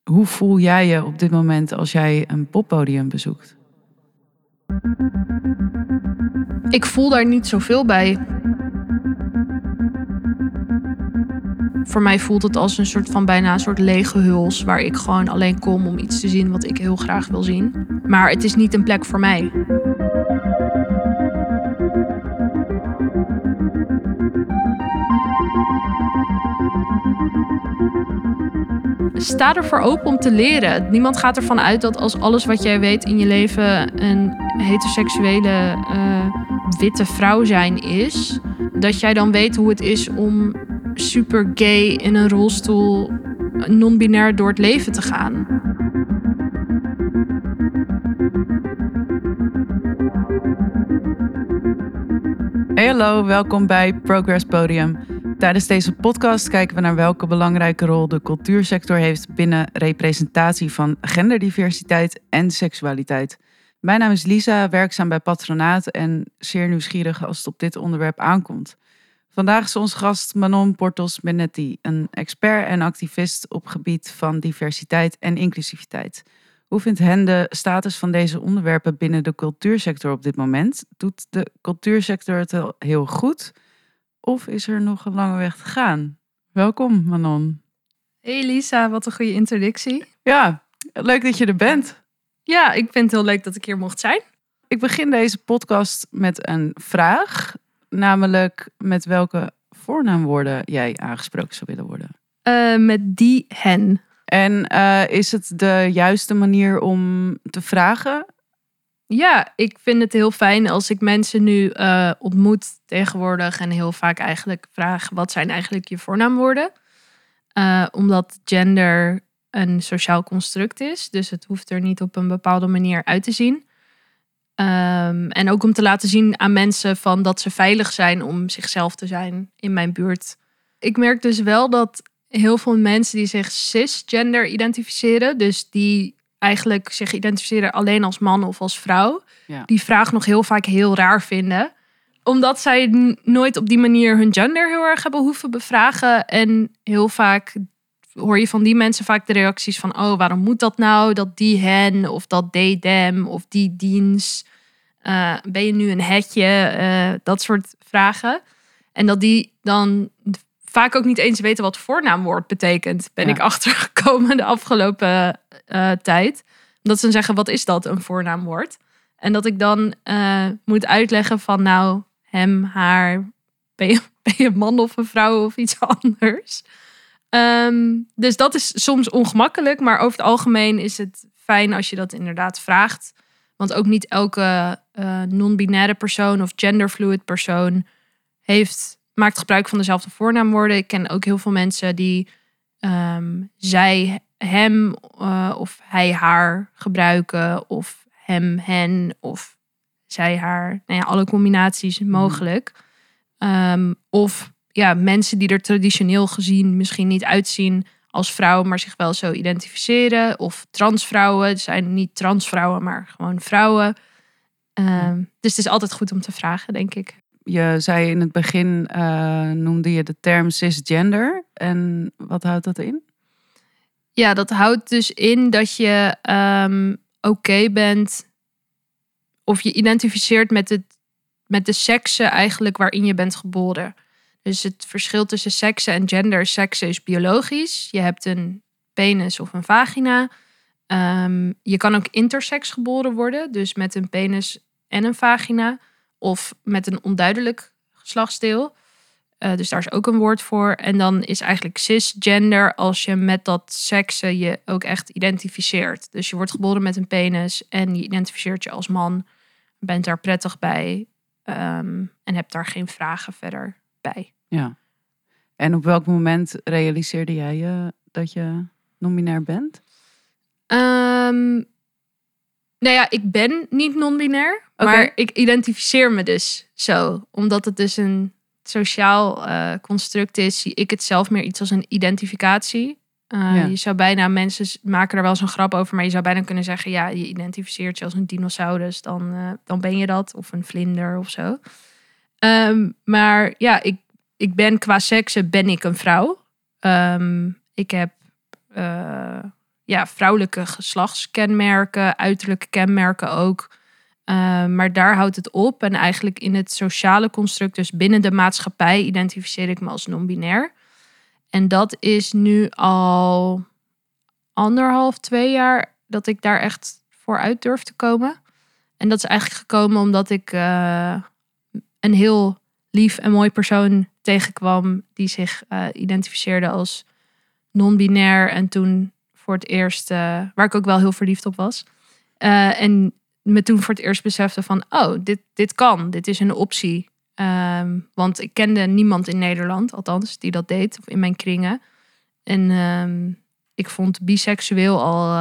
Hoe voel jij je op dit moment als jij een poppodium bezoekt? Ik voel daar niet zoveel bij. Voor mij voelt het als een soort van bijna een soort lege huls waar ik gewoon alleen kom om iets te zien wat ik heel graag wil zien. Maar het is niet een plek voor mij. Sta ervoor open om te leren. Niemand gaat ervan uit dat als alles wat jij weet in je leven een heteroseksuele witte vrouw zijn is, dat jij dan weet hoe het is om super gay in een rolstoel non-binair door het leven te gaan. Hey, hallo, welkom bij Progress Podium. Tijdens deze podcast kijken we naar welke belangrijke rol de cultuursector heeft binnen representatie van genderdiversiteit en seksualiteit. Mijn naam is Lisa, werkzaam bij Patronaat en zeer nieuwsgierig als het op dit onderwerp aankomt. Vandaag is onze gast Manon Portos-Benetti, een expert en activist op gebied van diversiteit en inclusiviteit. Hoe vindt hen de status van deze onderwerpen binnen de cultuursector op dit moment? Doet de cultuursector het heel goed? Of is er nog een lange weg te gaan? Welkom, Manon. Hey Lisa, wat een goede introductie. Ja, leuk dat je er bent. Ja, ik vind het heel leuk dat ik hier mocht zijn. Ik begin deze podcast met een vraag. Namelijk, met welke voornaamwoorden jij aangesproken zou willen worden? Met die, hen. En is het de juiste manier om te vragen? Ja, ik vind het heel fijn als ik mensen nu ontmoet tegenwoordig en heel vaak eigenlijk vraag, wat zijn eigenlijk je voornaamwoorden? Omdat gender een sociaal construct is, dus het hoeft er niet op een bepaalde manier uit te zien. En ook om te laten zien aan mensen van dat ze veilig zijn om zichzelf te zijn in mijn buurt. Ik merk dus wel dat heel veel mensen die zich cisgender identificeren, dus die eigenlijk zich identificeren alleen als man of als vrouw, die vraag nog heel vaak heel raar vinden. Omdat zij nooit op die manier hun gender heel erg hebben hoeven bevragen. En heel vaak hoor je van die mensen vaak de reacties van, oh, waarom moet dat nou? Dat die hen of dat they them of die diens. Ben je nu een hetje? Dat soort vragen. En dat die dan vaak ook niet eens weten wat voornaamwoord betekent. Ben ik achtergekomen de afgelopen tijd. Dat ze dan zeggen, wat is dat, een voornaamwoord? En dat ik dan moet uitleggen van, nou, hem, haar, ben je een man of een vrouw of iets anders? Dus dat is soms ongemakkelijk, maar over het algemeen is het fijn als je dat inderdaad vraagt. Want ook niet elke non-binaire persoon of genderfluid persoon maakt gebruik van dezelfde voornaamwoorden. Ik ken ook heel veel mensen die zij, hem of hij, haar gebruiken. Of hem, hen of zij, haar. Nou ja, alle combinaties mogelijk. Of ja, mensen die er traditioneel gezien misschien niet uitzien als vrouw, maar zich wel zo identificeren. Of transvrouwen. Het zijn niet transvrouwen, maar gewoon vrouwen. Dus het is altijd goed om te vragen, denk ik. Je zei in het begin, noemde je de term cisgender. En wat houdt dat in? Ja, dat houdt dus in dat je oké bent of je identificeert met de seksen eigenlijk waarin je bent geboren. Dus het verschil tussen seksen en gender. Seksen is biologisch. Je hebt een penis of een vagina. Je kan ook intersex geboren worden. Dus met een penis en een vagina. Of met een onduidelijk geslachtsdeel. Dus daar is ook een woord voor. En dan is eigenlijk cisgender als je met dat seksen je ook echt identificeert. Dus je wordt geboren met een penis en je identificeert je als man. Bent daar prettig bij. En hebt daar geen vragen verder bij. Ja. En op welk moment realiseerde jij je dat je non-binair bent? Nou ja, ik ben niet non-binair. Maar ik identificeer me dus zo. Omdat het dus een sociaal construct is, zie ik het zelf meer iets als een identificatie. Je zou bijna, mensen maken er wel eens een grap over, maar je zou bijna kunnen zeggen, ja, je identificeert je als een dinosaurus, dan ben je dat. Of een vlinder of zo. Maar ja, ik ben qua seksen ben ik een vrouw. Ik heb vrouwelijke geslachtskenmerken, uiterlijke kenmerken ook. Maar daar houdt het op. En eigenlijk in het sociale construct, dus binnen de maatschappij, identificeer ik me als non-binair. En dat is nu al 1,5-2 jaar dat ik daar echt voor uit durf te komen. En dat is eigenlijk gekomen omdat ik een heel lief en mooi persoon tegenkwam die zich identificeerde als non-binair. En toen voor het eerst, waar ik ook wel heel verliefd op was. En me toen voor het eerst besefte van, dit kan, dit is een optie. Want ik kende niemand in Nederland, althans, die dat deed, of in mijn kringen. En ik vond biseksueel al,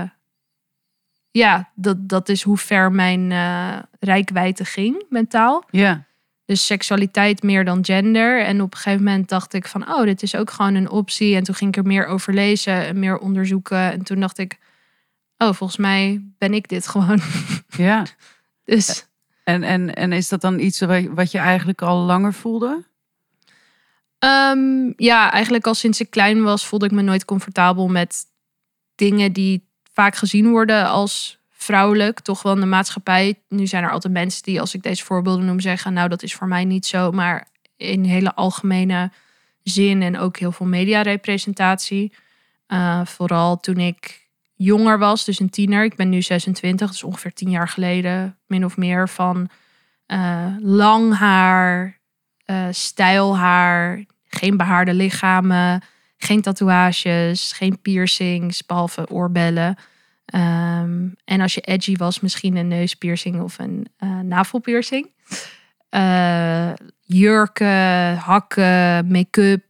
dat is hoe ver mijn reikwijdte ging, mentaal. Ja. Dus seksualiteit meer dan gender. En op een gegeven moment dacht ik van, dit is ook gewoon een optie. En toen ging ik er meer over lezen en meer onderzoeken. En toen dacht ik, volgens mij ben ik dit gewoon. Ja. Dus. En is dat dan iets wat je eigenlijk al langer voelde? Eigenlijk al sinds ik klein was voelde ik me nooit comfortabel met dingen die vaak gezien worden als vrouwelijk. Toch wel in de maatschappij. Nu zijn er altijd mensen die, als ik deze voorbeelden noem, zeggen, nou, dat is voor mij niet zo. Maar in hele algemene zin en ook heel veel mediarepresentatie. Vooral toen ik jonger was, dus een tiener. Ik ben nu 26, dus ongeveer 10 jaar geleden, min of meer, van lang haar, stijlhaar, geen behaarde lichamen, geen tatoeages, geen piercings, behalve oorbellen. En als je edgy was, misschien een neuspiercing of een navelpiercing. Jurken, hakken, make-up,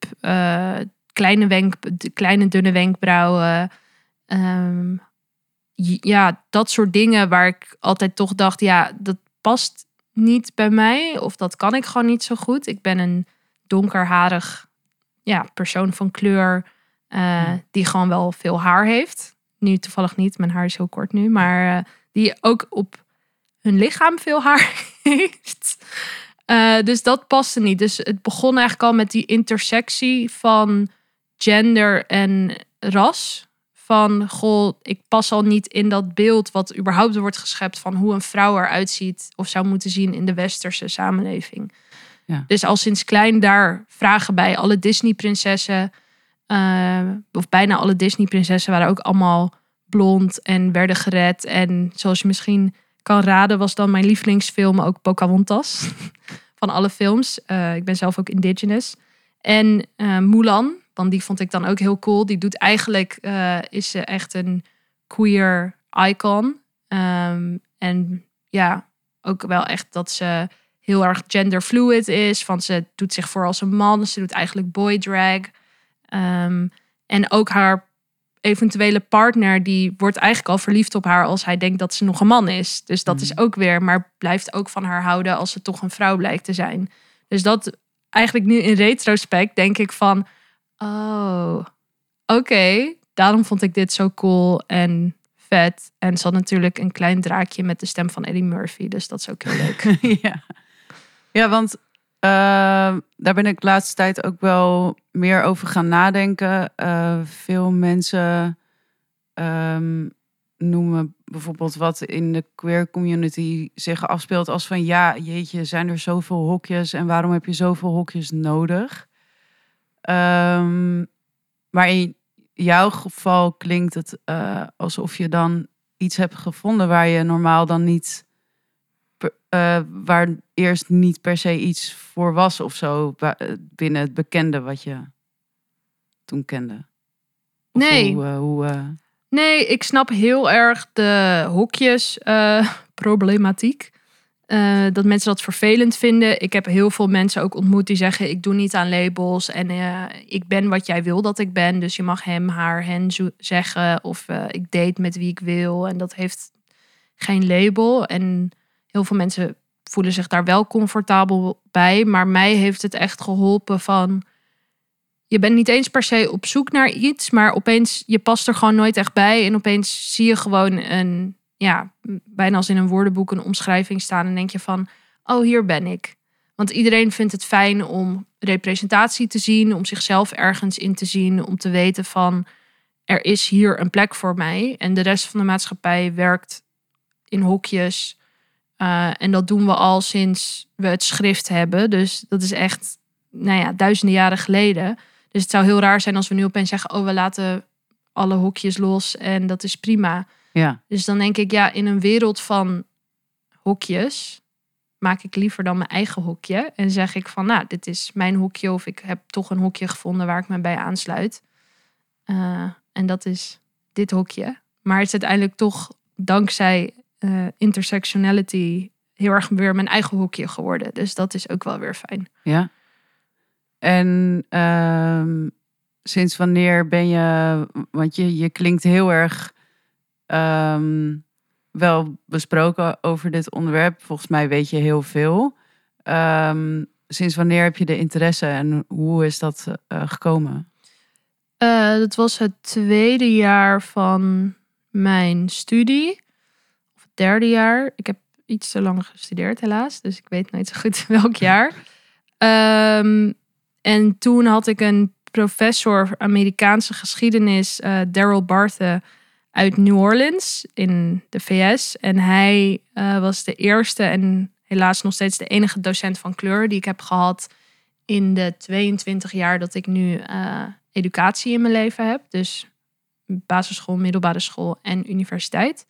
kleine dunne wenkbrauwen. Dat soort dingen waar ik altijd toch dacht, dat past niet bij mij. Of dat kan ik gewoon niet zo goed. Ik ben een donkerharig persoon van kleur die gewoon wel veel haar heeft. Nu toevallig niet, mijn haar is heel kort nu. Maar die ook op hun lichaam veel haar heeft. Dus dat paste niet. Dus het begon eigenlijk al met die intersectie van gender en ras. Van, ik pas al niet in dat beeld wat überhaupt wordt geschept van hoe een vrouw eruit ziet of zou moeten zien in de westerse samenleving. Ja. Dus al sinds klein daar vragen bij alle Disney-prinsessen, of bijna alle Disney-prinsessen waren ook allemaal blond en werden gered. En zoals je misschien kan raden, was dan mijn lievelingsfilm ook Pocahontas. Van alle films. Ik ben zelf ook indigenous. En Mulan, want die vond ik dan ook heel cool. Die doet eigenlijk, is ze echt een queer icon. En ook wel echt dat ze heel erg genderfluid is. Want ze doet zich voor als een man. Ze doet eigenlijk boy drag. En ook haar eventuele partner, die wordt eigenlijk al verliefd op haar als hij denkt dat ze nog een man is. Dus dat is ook weer, maar blijft ook van haar houden als ze toch een vrouw blijkt te zijn. Dus dat eigenlijk nu in retrospect denk ik van, oké, daarom vond ik dit zo cool en vet. En ze had natuurlijk een klein draakje met de stem van Eddie Murphy. Dus dat is ook heel leuk. Ja, want daar ben ik de laatste tijd ook wel meer over gaan nadenken. Veel mensen noemen bijvoorbeeld wat in de queer community zich afspeelt als van, ja, jeetje, zijn er zoveel hokjes en waarom heb je zoveel hokjes nodig? Maar in jouw geval klinkt het alsof je dan iets hebt gevonden waar je normaal dan niet, waar eerst niet per se iets voor was of zo binnen het bekende wat je toen kende. Of nee. Nee, ik snap heel erg de hokjes problematiek. Dat mensen dat vervelend vinden. Ik heb heel veel mensen ook ontmoet die zeggen, ik doe niet aan labels en ik ben wat jij wil dat ik ben. Dus je mag hem, haar, hen zeggen of ik date met wie ik wil. En dat heeft geen label. En heel veel mensen voelen zich daar wel comfortabel bij. Maar mij heeft het echt geholpen van, je bent niet eens per se op zoek naar iets, maar opeens, je past er gewoon nooit echt bij. En opeens zie je gewoon bijna als in een woordenboek een omschrijving staan. En denk je van, hier ben ik. Want iedereen vindt het fijn om representatie te zien, om zichzelf ergens in te zien, om te weten van, er is hier een plek voor mij. En de rest van de maatschappij werkt in hokjes. En dat doen we al sinds we het schrift hebben. Dus dat is echt, duizenden jaren geleden. Dus het zou heel raar zijn als we nu opeens zeggen, we laten alle hokjes los en dat is prima. Ja. Dus dan denk ik, in een wereld van hokjes maak ik liever dan mijn eigen hokje. En zeg ik van, dit is mijn hokje. Of ik heb toch een hokje gevonden waar ik me bij aansluit. En dat is dit hokje. Maar het is uiteindelijk toch dankzij intersectionality heel erg weer mijn eigen hokje geworden. Dus dat is ook wel weer fijn. Ja. En sinds wanneer ben je... Want je klinkt heel erg wel besproken over dit onderwerp. Volgens mij weet je heel veel. Sinds wanneer heb je de interesse en hoe is dat gekomen? Dat was het 2e jaar van mijn studie. Of het 3e jaar. Ik heb iets te lang gestudeerd helaas. Dus ik weet nooit zo goed welk jaar. En toen had ik een professor Amerikaanse geschiedenis, Daryl Barthe, uit New Orleans in de VS. En hij was de eerste en helaas nog steeds de enige docent van kleur die ik heb gehad in de 22 jaar dat ik nu educatie in mijn leven heb. Dus basisschool, middelbare school en universiteit.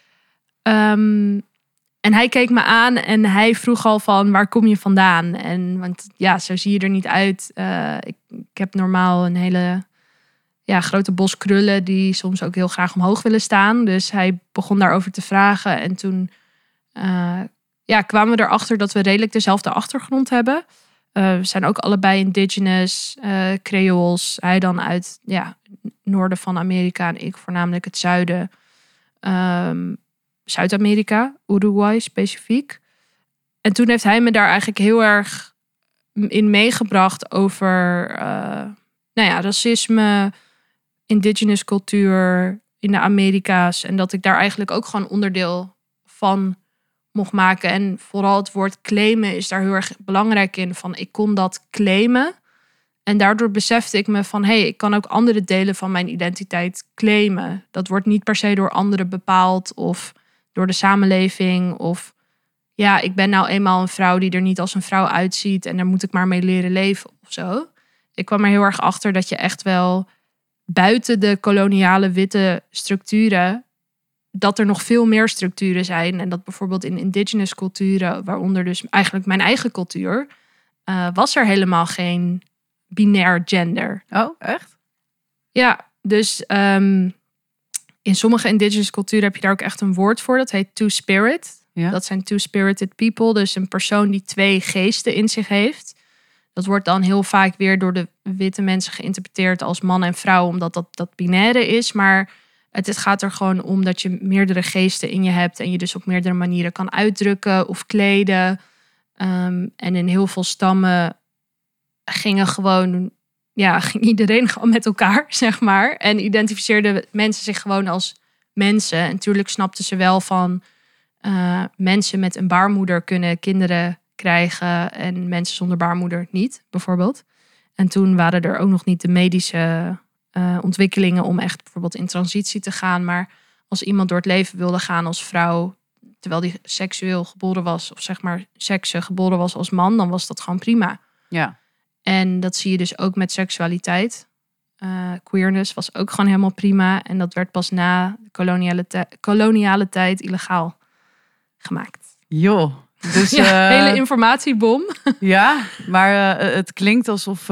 En hij keek me aan en hij vroeg al van, waar kom je vandaan? Want zo zie je er niet uit. Ik heb normaal een hele grote bos krullen die soms ook heel graag omhoog willen staan. Dus hij begon daarover te vragen. En toen kwamen we erachter dat we redelijk dezelfde achtergrond hebben. We zijn ook allebei indigenous, Creools. Hij dan uit noorden van Amerika en ik voornamelijk het zuiden. Zuid-Amerika, Uruguay specifiek. En toen heeft hij me daar eigenlijk heel erg in meegebracht over racisme, indigenous cultuur in de Amerika's. En dat ik daar eigenlijk ook gewoon onderdeel van mocht maken. En vooral het woord claimen is daar heel erg belangrijk in. Van ik kon dat claimen. En daardoor besefte ik me van, ik kan ook andere delen van mijn identiteit claimen. Dat wordt niet per se door anderen bepaald of door de samenleving. Of ik ben nou eenmaal een vrouw die er niet als een vrouw uitziet en daar moet ik maar mee leren leven of zo. Ik kwam er heel erg achter dat je echt wel buiten de koloniale witte structuren, dat er nog veel meer structuren zijn. En dat bijvoorbeeld in indigenous culturen, waaronder dus eigenlijk mijn eigen cultuur, was er helemaal geen binair gender. Oh, echt? Ja, dus in sommige indigenous culturen heb je daar ook echt een woord voor. Dat heet two-spirit. Ja. Dat zijn two-spirited people. Dus een persoon die 2 geesten in zich heeft. Dat wordt dan heel vaak weer door de witte mensen geïnterpreteerd als man en vrouw, omdat dat binaire is. Maar het gaat er gewoon om dat je meerdere geesten in je hebt en je dus op meerdere manieren kan uitdrukken of kleden. En in heel veel stammen ging iedereen gewoon met elkaar, zeg maar. En identificeerden mensen zich gewoon als mensen. En natuurlijk snapten ze wel van mensen met een baarmoeder kunnen kinderen krijgen en mensen zonder baarmoeder niet, bijvoorbeeld. En toen waren er ook nog niet de medische ontwikkelingen om echt bijvoorbeeld in transitie te gaan. Maar als iemand door het leven wilde gaan als vrouw, terwijl die seksueel geboren was, of zeg maar geboren was als man, dan was dat gewoon prima. Ja. En dat zie je dus ook met seksualiteit. Queerness was ook gewoon helemaal prima. En dat werd pas na de koloniale tijd illegaal gemaakt. Joh. Dus, hele informatiebom. Ja, maar het klinkt alsof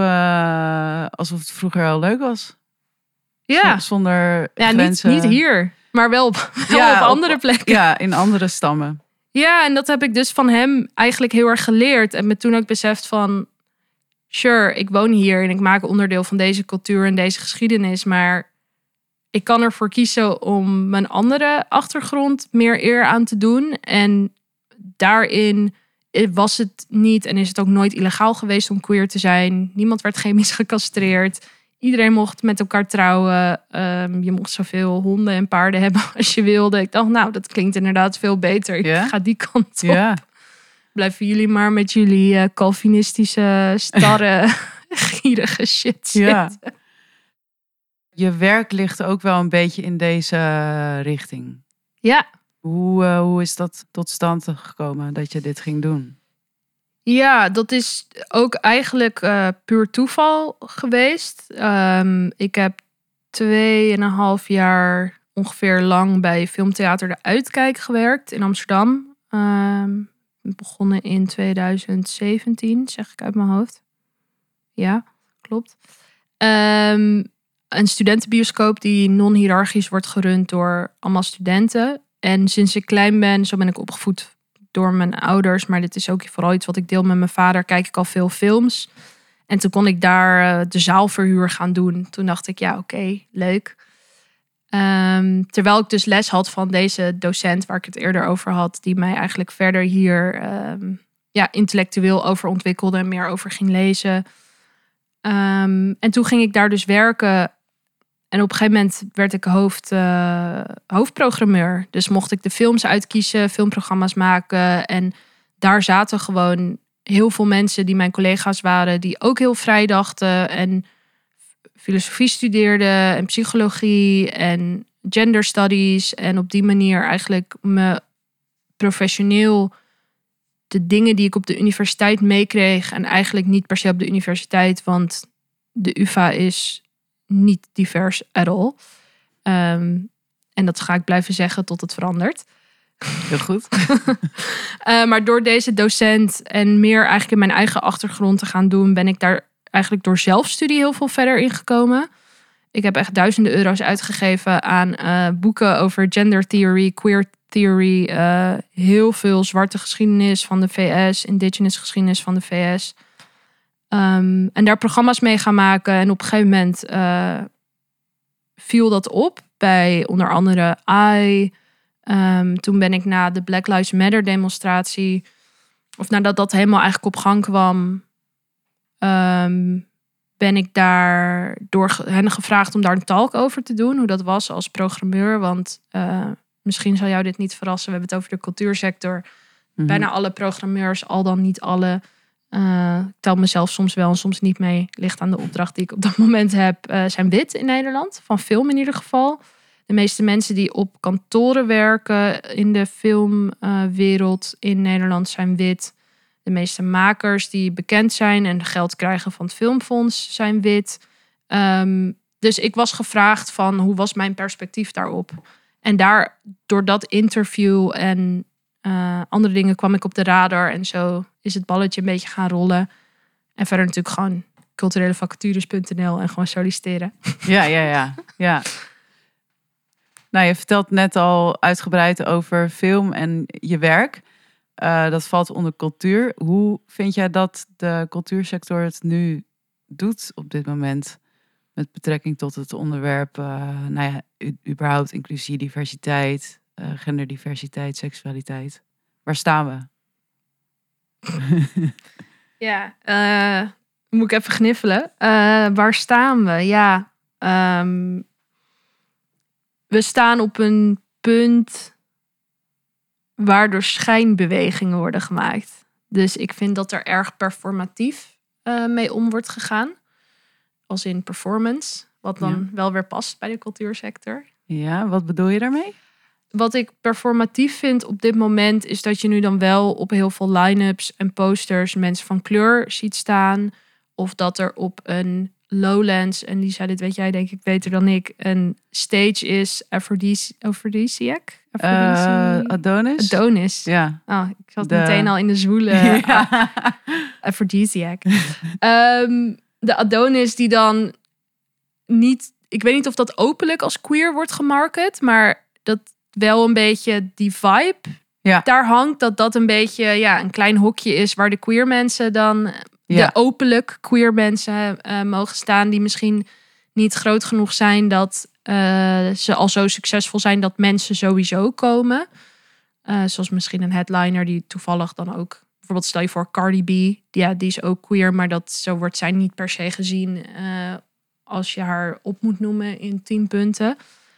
het vroeger al leuk was. Ja. Zonder grenzen. Niet hier, maar wel op andere plekken. Ja, in andere stammen. Ja, en dat heb ik dus van hem eigenlijk heel erg geleerd. En me toen ook beseft van, sure, ik woon hier en ik maak onderdeel van deze cultuur en deze geschiedenis. Maar ik kan ervoor kiezen om mijn andere achtergrond meer eer aan te doen. En daarin was het niet en is het ook nooit illegaal geweest om queer te zijn. Niemand werd chemisch gecastreerd. Iedereen mocht met elkaar trouwen. Je mocht zoveel honden en paarden hebben als je wilde. Ik dacht, dat klinkt inderdaad veel beter. Ik ga die kant op. Ja. Blijven jullie maar met jullie Calvinistische, starre, gierige shit zitten. Ja. je werk ligt ook wel een beetje in deze richting. Ja. Hoe is dat tot stand gekomen dat je dit ging doen? Ja, dat is ook eigenlijk puur toeval geweest. Ik heb 2,5 jaar ongeveer lang bij Filmtheater De Uitkijk gewerkt in Amsterdam. Begonnen in 2017, zeg ik uit mijn hoofd. Ja, klopt. Een studentenbioscoop die non-hiërarchisch wordt gerund door allemaal studenten. En sinds ik klein ben, zo ben ik opgevoed door mijn ouders. Maar dit is ook vooral iets wat ik deel met mijn vader. Kijk ik al veel films. En toen kon ik daar de zaalverhuur gaan doen. Toen dacht ik, ja, oké, leuk. Terwijl ik dus les had van deze docent waar ik het eerder over had. Die mij eigenlijk verder hier intellectueel over ontwikkelde. En meer over ging lezen. En toen ging ik daar dus werken. En op een gegeven moment werd ik hoofdprogrammeur. Dus mocht ik de films uitkiezen, filmprogramma's maken. En daar zaten gewoon heel veel mensen die mijn collega's waren, die ook heel vrij dachten. En filosofie studeerden en psychologie en gender studies. En op die manier eigenlijk me professioneel de dingen die ik op de universiteit meekreeg. En eigenlijk niet per se op de universiteit, want de UvA is niet divers at all. En dat ga ik blijven zeggen tot het verandert. Heel goed. Maar door deze docent en meer eigenlijk in mijn eigen achtergrond te gaan doen, ben ik daar eigenlijk door zelfstudie heel veel verder in gekomen. Ik heb echt duizenden euro's uitgegeven aan boeken over gender theory, queer theory, heel veel zwarte geschiedenis van de VS, indigenous geschiedenis van de VS. En daar programma's mee gaan maken. En op een gegeven moment viel dat op bij onder andere AI. Toen ben ik na de Black Lives Matter demonstratie, of nadat dat helemaal eigenlijk op gang kwam, ben ik daar door hen gevraagd om daar een talk over te doen. Hoe dat was als programmeur. Want misschien zal jou dit niet verrassen. We hebben het over de cultuursector. Mm-hmm. Bijna alle programmeurs, al dan niet alle. Ik tel mezelf soms wel en soms niet mee. Ligt aan de opdracht die ik op dat moment heb. Zijn wit in Nederland. Van film in ieder geval. De meeste mensen die op kantoren werken in de filmwereld in Nederland zijn wit. De meeste makers die bekend zijn en geld krijgen van het Filmfonds zijn wit. Dus ik was gevraagd van hoe was mijn perspectief daarop. En door dat interview en andere dingen kwam ik op de radar. En zo is het balletje een beetje gaan rollen. En verder natuurlijk gewoon culturelevacatures.nl en gewoon solliciteren. Ja. Nou, je vertelt net al uitgebreid over film en je werk. Dat valt onder cultuur. Hoe vind jij dat de cultuursector het nu doet op dit moment? Met betrekking tot het onderwerp, überhaupt inclusie, diversiteit, genderdiversiteit, seksualiteit. Waar staan we? Ja, moet ik even gniffelen. Waar staan we? Ja, we staan op een punt waardoor schijnbewegingen worden gemaakt. Dus ik vind dat er erg performatief mee om wordt gegaan. Als in performance. Wat dan wel weer past bij de cultuursector. Ja, wat bedoel je daarmee? Wat ik performatief vind op dit moment is dat je nu dan wel op heel veel line-ups en posters mensen van kleur ziet staan. Of dat er op een Lowlands, en Lisa, dit weet jij denk ik beter dan ik, een stage is Aphrodisiac? Adonis. Ja. Oh, ik zat meteen al in de zwoele. Ja. Aphrodisiac. De Adonis die dan niet, ik weet niet of dat openlijk als queer wordt gemarket, maar dat wel een beetje die vibe daar hangt, dat een beetje een klein hokje is waar de queer mensen dan, de openlijk queer mensen mogen staan, die misschien niet groot genoeg zijn dat ze al zo succesvol zijn dat mensen sowieso komen. Zoals misschien een headliner die toevallig dan ook, bijvoorbeeld stel je voor Cardi B, die is ook queer, maar zo wordt zij niet per se gezien als je haar op moet noemen in 10 punten.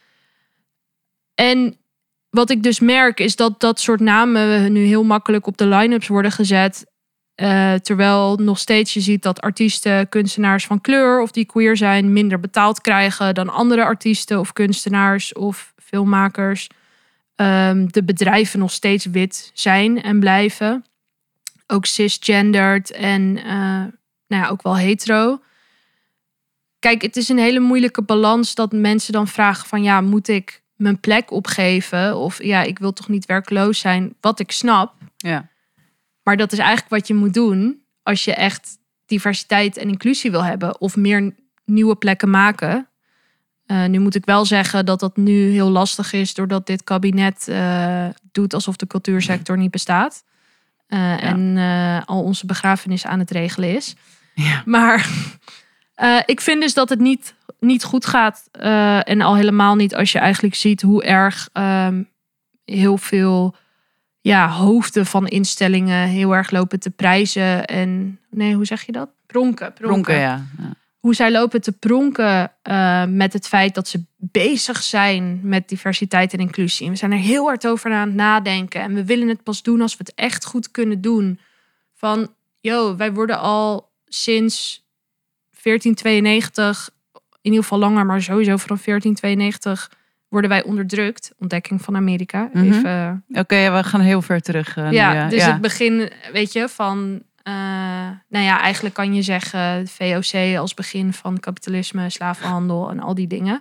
En wat ik dus merk is dat dat soort namen nu heel makkelijk op de line-ups worden gezet. Terwijl nog steeds je ziet dat artiesten, kunstenaars van kleur of die queer zijn, minder betaald krijgen dan andere artiesten of kunstenaars of filmmakers. De bedrijven nog steeds wit zijn en blijven. Ook cisgendered en ook wel hetero. Kijk, het is een hele moeilijke balans dat mensen dan vragen van moet ik mijn plek opgeven? Of ik wil toch niet werkloos zijn? Wat ik snap. Ja. Maar dat is eigenlijk wat je moet doen als je echt diversiteit en inclusie wil hebben. Of meer nieuwe plekken maken. Nu moet ik wel zeggen dat dat nu heel lastig is doordat dit kabinet doet alsof de cultuursector niet bestaat. En al onze begrafenis aan het regelen is. Ja. Maar ik vind dus dat het niet goed gaat. En al helemaal niet als je eigenlijk ziet hoe erg heel veel hoofden van instellingen heel erg lopen te prijzen. En hoe zeg je dat? Pronken, ja. Hoe zij lopen te pronken met het feit dat ze bezig zijn met diversiteit en inclusie. En we zijn er heel hard over aan het nadenken. En we willen het pas doen als we het echt goed kunnen doen. Van, wij worden al sinds 1492, in ieder geval langer, maar sowieso vanaf 1492 worden wij onderdrukt. Ontdekking van Amerika. Mm-hmm. Oké, we gaan heel ver terug. Het begin, weet je, van... eigenlijk kan je zeggen VOC als begin van kapitalisme, slavenhandel en al die dingen.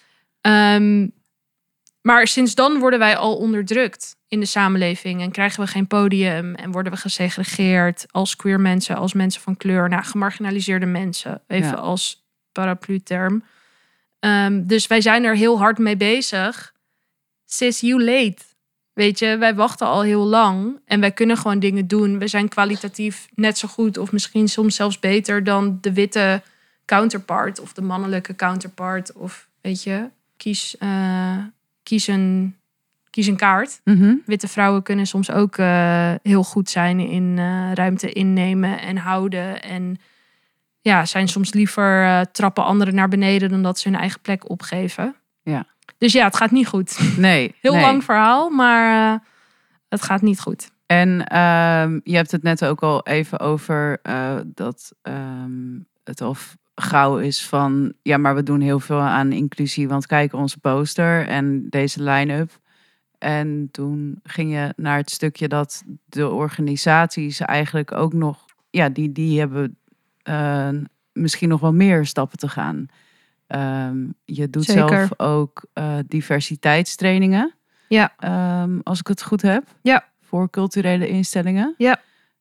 Maar sinds dan worden wij al onderdrukt in de samenleving en krijgen we geen podium en worden we gesegregeerd als queer mensen, als mensen van kleur, gemarginaliseerde mensen, even als paraplu-term. Dus wij zijn er heel hard mee bezig. Sis, you late. Weet je, wij wachten al heel lang en wij kunnen gewoon dingen doen. We zijn kwalitatief net zo goed of misschien soms zelfs beter dan de witte counterpart of de mannelijke counterpart. Of weet je, kies een kaart. Mm-hmm. Witte vrouwen kunnen soms ook heel goed zijn in ruimte innemen en houden. En zijn soms liever trappen anderen naar beneden dan dat ze hun eigen plek opgeven. Ja. Dus het gaat niet goed. Nee. Lang verhaal, maar het gaat niet goed. En je hebt het net ook al even over dat het al gauw is van... Ja, maar we doen heel veel aan inclusie, want kijk onze poster en deze line-up. En toen ging je naar het stukje dat de organisaties eigenlijk ook nog... Ja, die hebben misschien nog wel meer stappen te gaan. Je doet Zeker. zelf ook diversiteitstrainingen. Ja. Als ik het goed heb. Ja. Voor culturele instellingen. Ja.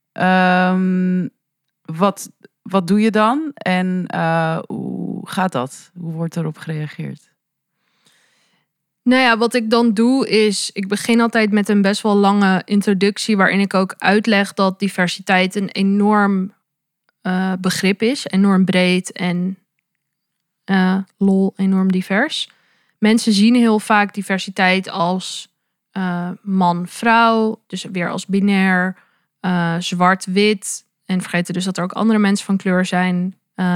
Wat doe je dan? En hoe gaat dat? Hoe wordt erop gereageerd? Wat ik dan doe is... Ik begin altijd met een best wel lange introductie... waarin ik ook uitleg dat diversiteit een enorm begrip is. Enorm breed en... enorm divers. Mensen zien heel vaak diversiteit als man-vrouw, dus weer als binair, zwart-wit. En vergeten dus dat er ook andere mensen van kleur zijn.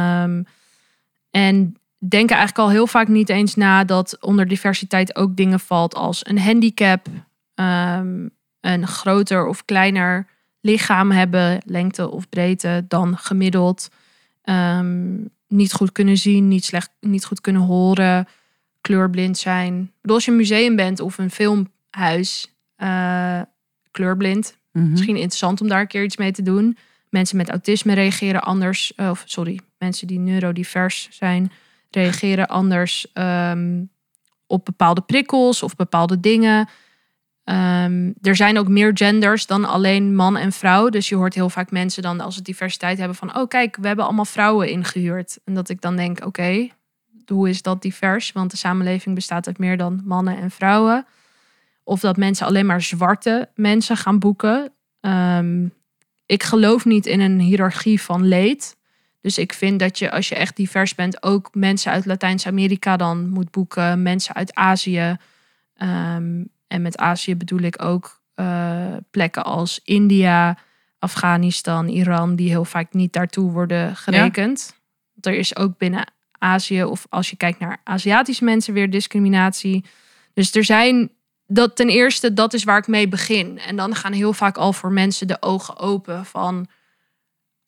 En denken eigenlijk al heel vaak niet eens na dat onder diversiteit ook dingen valt als een handicap, een groter of kleiner lichaam hebben, lengte of breedte dan gemiddeld. Niet goed kunnen zien, niet goed kunnen horen, kleurblind zijn. Ik bedoel, als je een museum bent of een filmhuis, kleurblind. Mm-hmm. Misschien interessant om daar een keer iets mee te doen. Mensen met autisme reageren anders. Mensen die neurodivers zijn, reageren anders op bepaalde prikkels of bepaalde dingen. Er zijn ook meer genders dan alleen man en vrouw. Dus je hoort heel vaak mensen dan als ze diversiteit hebben van... oh kijk, we hebben allemaal vrouwen ingehuurd. En dat ik dan denk, oké, hoe is dat divers? Want de samenleving bestaat uit meer dan mannen en vrouwen. Of dat mensen alleen maar zwarte mensen gaan boeken. Ik geloof niet in een hiërarchie van leed. Dus ik vind dat je, als je echt divers bent... ook mensen uit Latijns-Amerika dan moet boeken. Mensen uit Azië. En met Azië bedoel ik ook plekken als India, Afghanistan, Iran... die heel vaak niet daartoe worden gerekend. Ja. Er is ook binnen Azië, of als je kijkt naar Aziatische mensen... weer discriminatie. Dus er zijn... Ten eerste, dat is waar ik mee begin. En dan gaan heel vaak al voor mensen de ogen open van...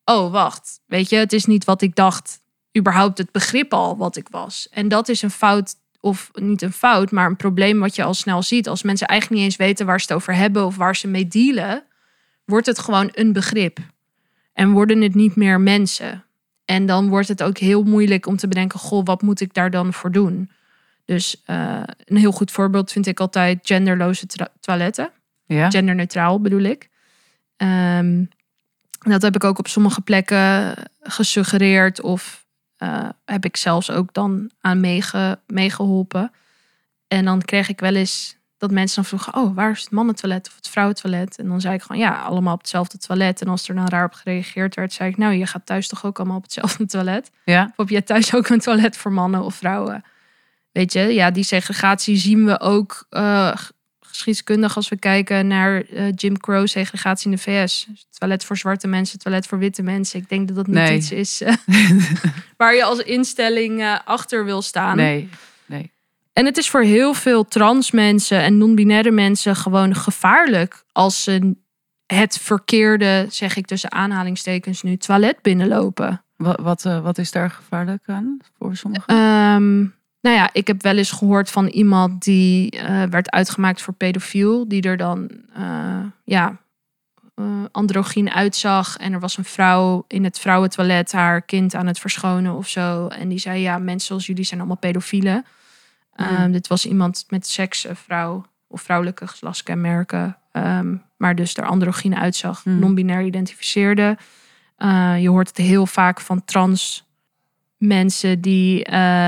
oh, wacht. Weet je, het is niet wat ik dacht. Überhaupt het begrip al wat ik was. En dat is een fout, of niet een fout, maar een probleem wat je al snel ziet. Als mensen eigenlijk niet eens weten waar ze het over hebben of waar ze mee dealen, wordt het gewoon een begrip. En worden het niet meer mensen. En dan wordt het ook heel moeilijk om te bedenken, goh, wat moet ik daar dan voor doen? Dus een heel goed voorbeeld vind ik altijd genderloze toiletten. Ja. Genderneutraal bedoel ik. Dat heb ik ook op sommige plekken gesuggereerd of heb ik zelfs ook dan aan meegeholpen. En dan kreeg ik wel eens dat mensen dan vroegen, oh, waar is het mannentoilet of het vrouwentoilet? En dan zei ik gewoon, ja, allemaal op hetzelfde toilet. En als er dan raar op gereageerd werd, zei ik, nou, je gaat thuis toch ook allemaal op hetzelfde toilet? Ja. Of heb je thuis ook een toilet voor mannen of vrouwen? Weet je, ja, die segregatie zien we ook geschiedkundig als we kijken naar Jim Crow segregatie in de VS. Toilet voor zwarte mensen, toilet voor witte mensen. Ik denk dat dat niet iets is waar je als instelling achter wil staan. Nee. En het is voor heel veel trans mensen en non-binaire mensen gewoon gevaarlijk als ze het verkeerde, zeg ik tussen aanhalingstekens nu, toilet binnenlopen. Wat is daar gevaarlijk aan voor sommigen? Nou ja, ik heb wel eens gehoord van iemand die werd uitgemaakt voor pedofiel. Die er dan androgyn uitzag. En er was een vrouw in het vrouwentoilet haar kind aan het verschonen of zo. En die zei, ja, mensen zoals jullie zijn allemaal pedofielen. Dit was iemand met seks, vrouw of vrouwelijke geslachtskenmerken. Maar dus er androgyn uitzag, non-binair identificeerde. Je hoort het heel vaak van trans mensen die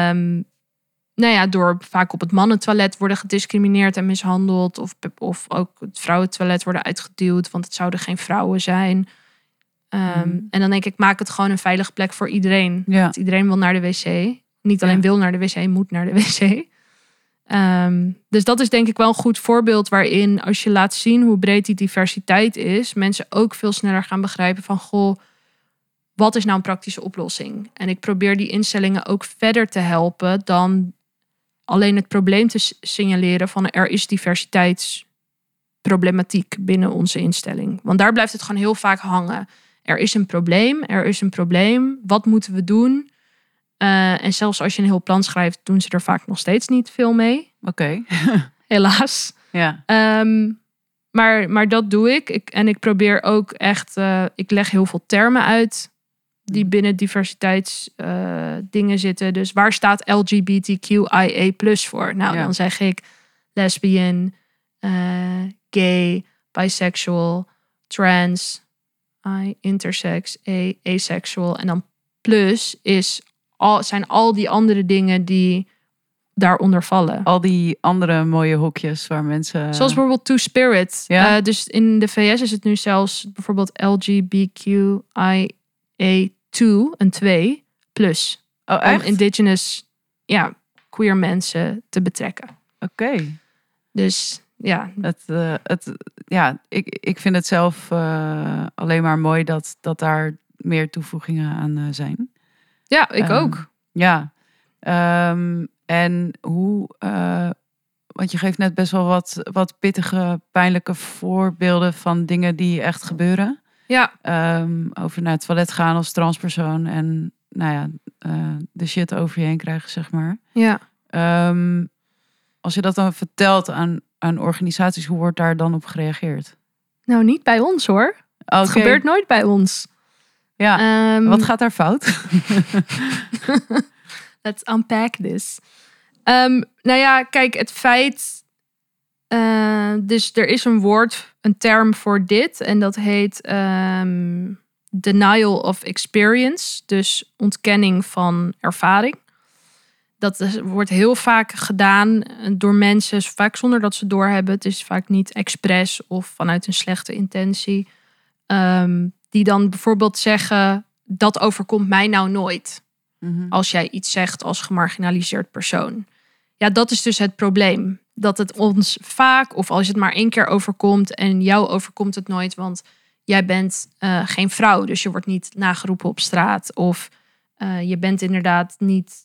door vaak op het mannentoilet worden gediscrimineerd en mishandeld. Of ook het vrouwentoilet worden uitgeduwd, want het zouden geen vrouwen zijn. En dan denk ik, maak het gewoon een veilige plek voor iedereen. Ja. Want iedereen wil naar de wc. Niet alleen wil naar de wc, moet naar de wc. Dus dat is denk ik wel een goed voorbeeld waarin, als je laat zien hoe breed die diversiteit is, mensen ook veel sneller gaan begrijpen van, goh, wat is nou een praktische oplossing? En ik probeer die instellingen ook verder te helpen dan alleen het probleem te signaleren van er is diversiteitsproblematiek binnen onze instelling. Want daar blijft het gewoon heel vaak hangen. Er is een probleem. Wat moeten we doen? En zelfs als je een heel plan schrijft, doen ze er vaak nog steeds niet veel mee. Oké. Helaas. Ja. Maar dat doe ik. Ik probeer ook echt, ik leg heel veel termen uit die binnen diversiteitsdingen zitten. Dus waar staat LGBTQIA+ voor? Nou, dan zeg ik lesbian, gay, bisexual, trans, intersex, asexual. En dan plus zijn al die andere dingen die daaronder vallen. Al die andere mooie hokjes waar mensen... Zoals bijvoorbeeld Two-Spirit. Ja? Dus in de VS is het nu zelfs bijvoorbeeld LGBTQIA2, een 2, plus. Oh, echt? Om indigenous, queer mensen te betrekken. Oké. Dus ja. Ik vind het zelf alleen maar mooi dat daar meer toevoegingen aan zijn. Ja, ik ook. Ja. En hoe... want je geeft net best wel wat pittige, pijnlijke voorbeelden van dingen die echt gebeuren. Ja. Over naar het toilet gaan als transpersoon en de shit over je heen krijgen, zeg maar. Ja. Als je dat dan vertelt aan organisaties, hoe wordt daar dan op gereageerd? Nou, niet bij ons hoor. Okay. Het gebeurt nooit bij ons. Ja. Wat gaat daar fout? Let's unpack this. Kijk, het feit... dus er is een term voor dit. En dat heet denial of experience. Dus ontkenning van ervaring. Dat wordt heel vaak gedaan door mensen, vaak zonder dat ze doorhebben. Het is vaak niet expres of vanuit een slechte intentie. Die dan bijvoorbeeld zeggen, dat overkomt mij nou nooit. Mm-hmm. Als jij iets zegt als gemarginaliseerd persoon. Ja, dat is dus het probleem. Dat het ons vaak, of als het maar 1 keer overkomt en jou overkomt het nooit, want jij bent geen vrouw, dus je wordt niet nageroepen op straat. Of je bent inderdaad niet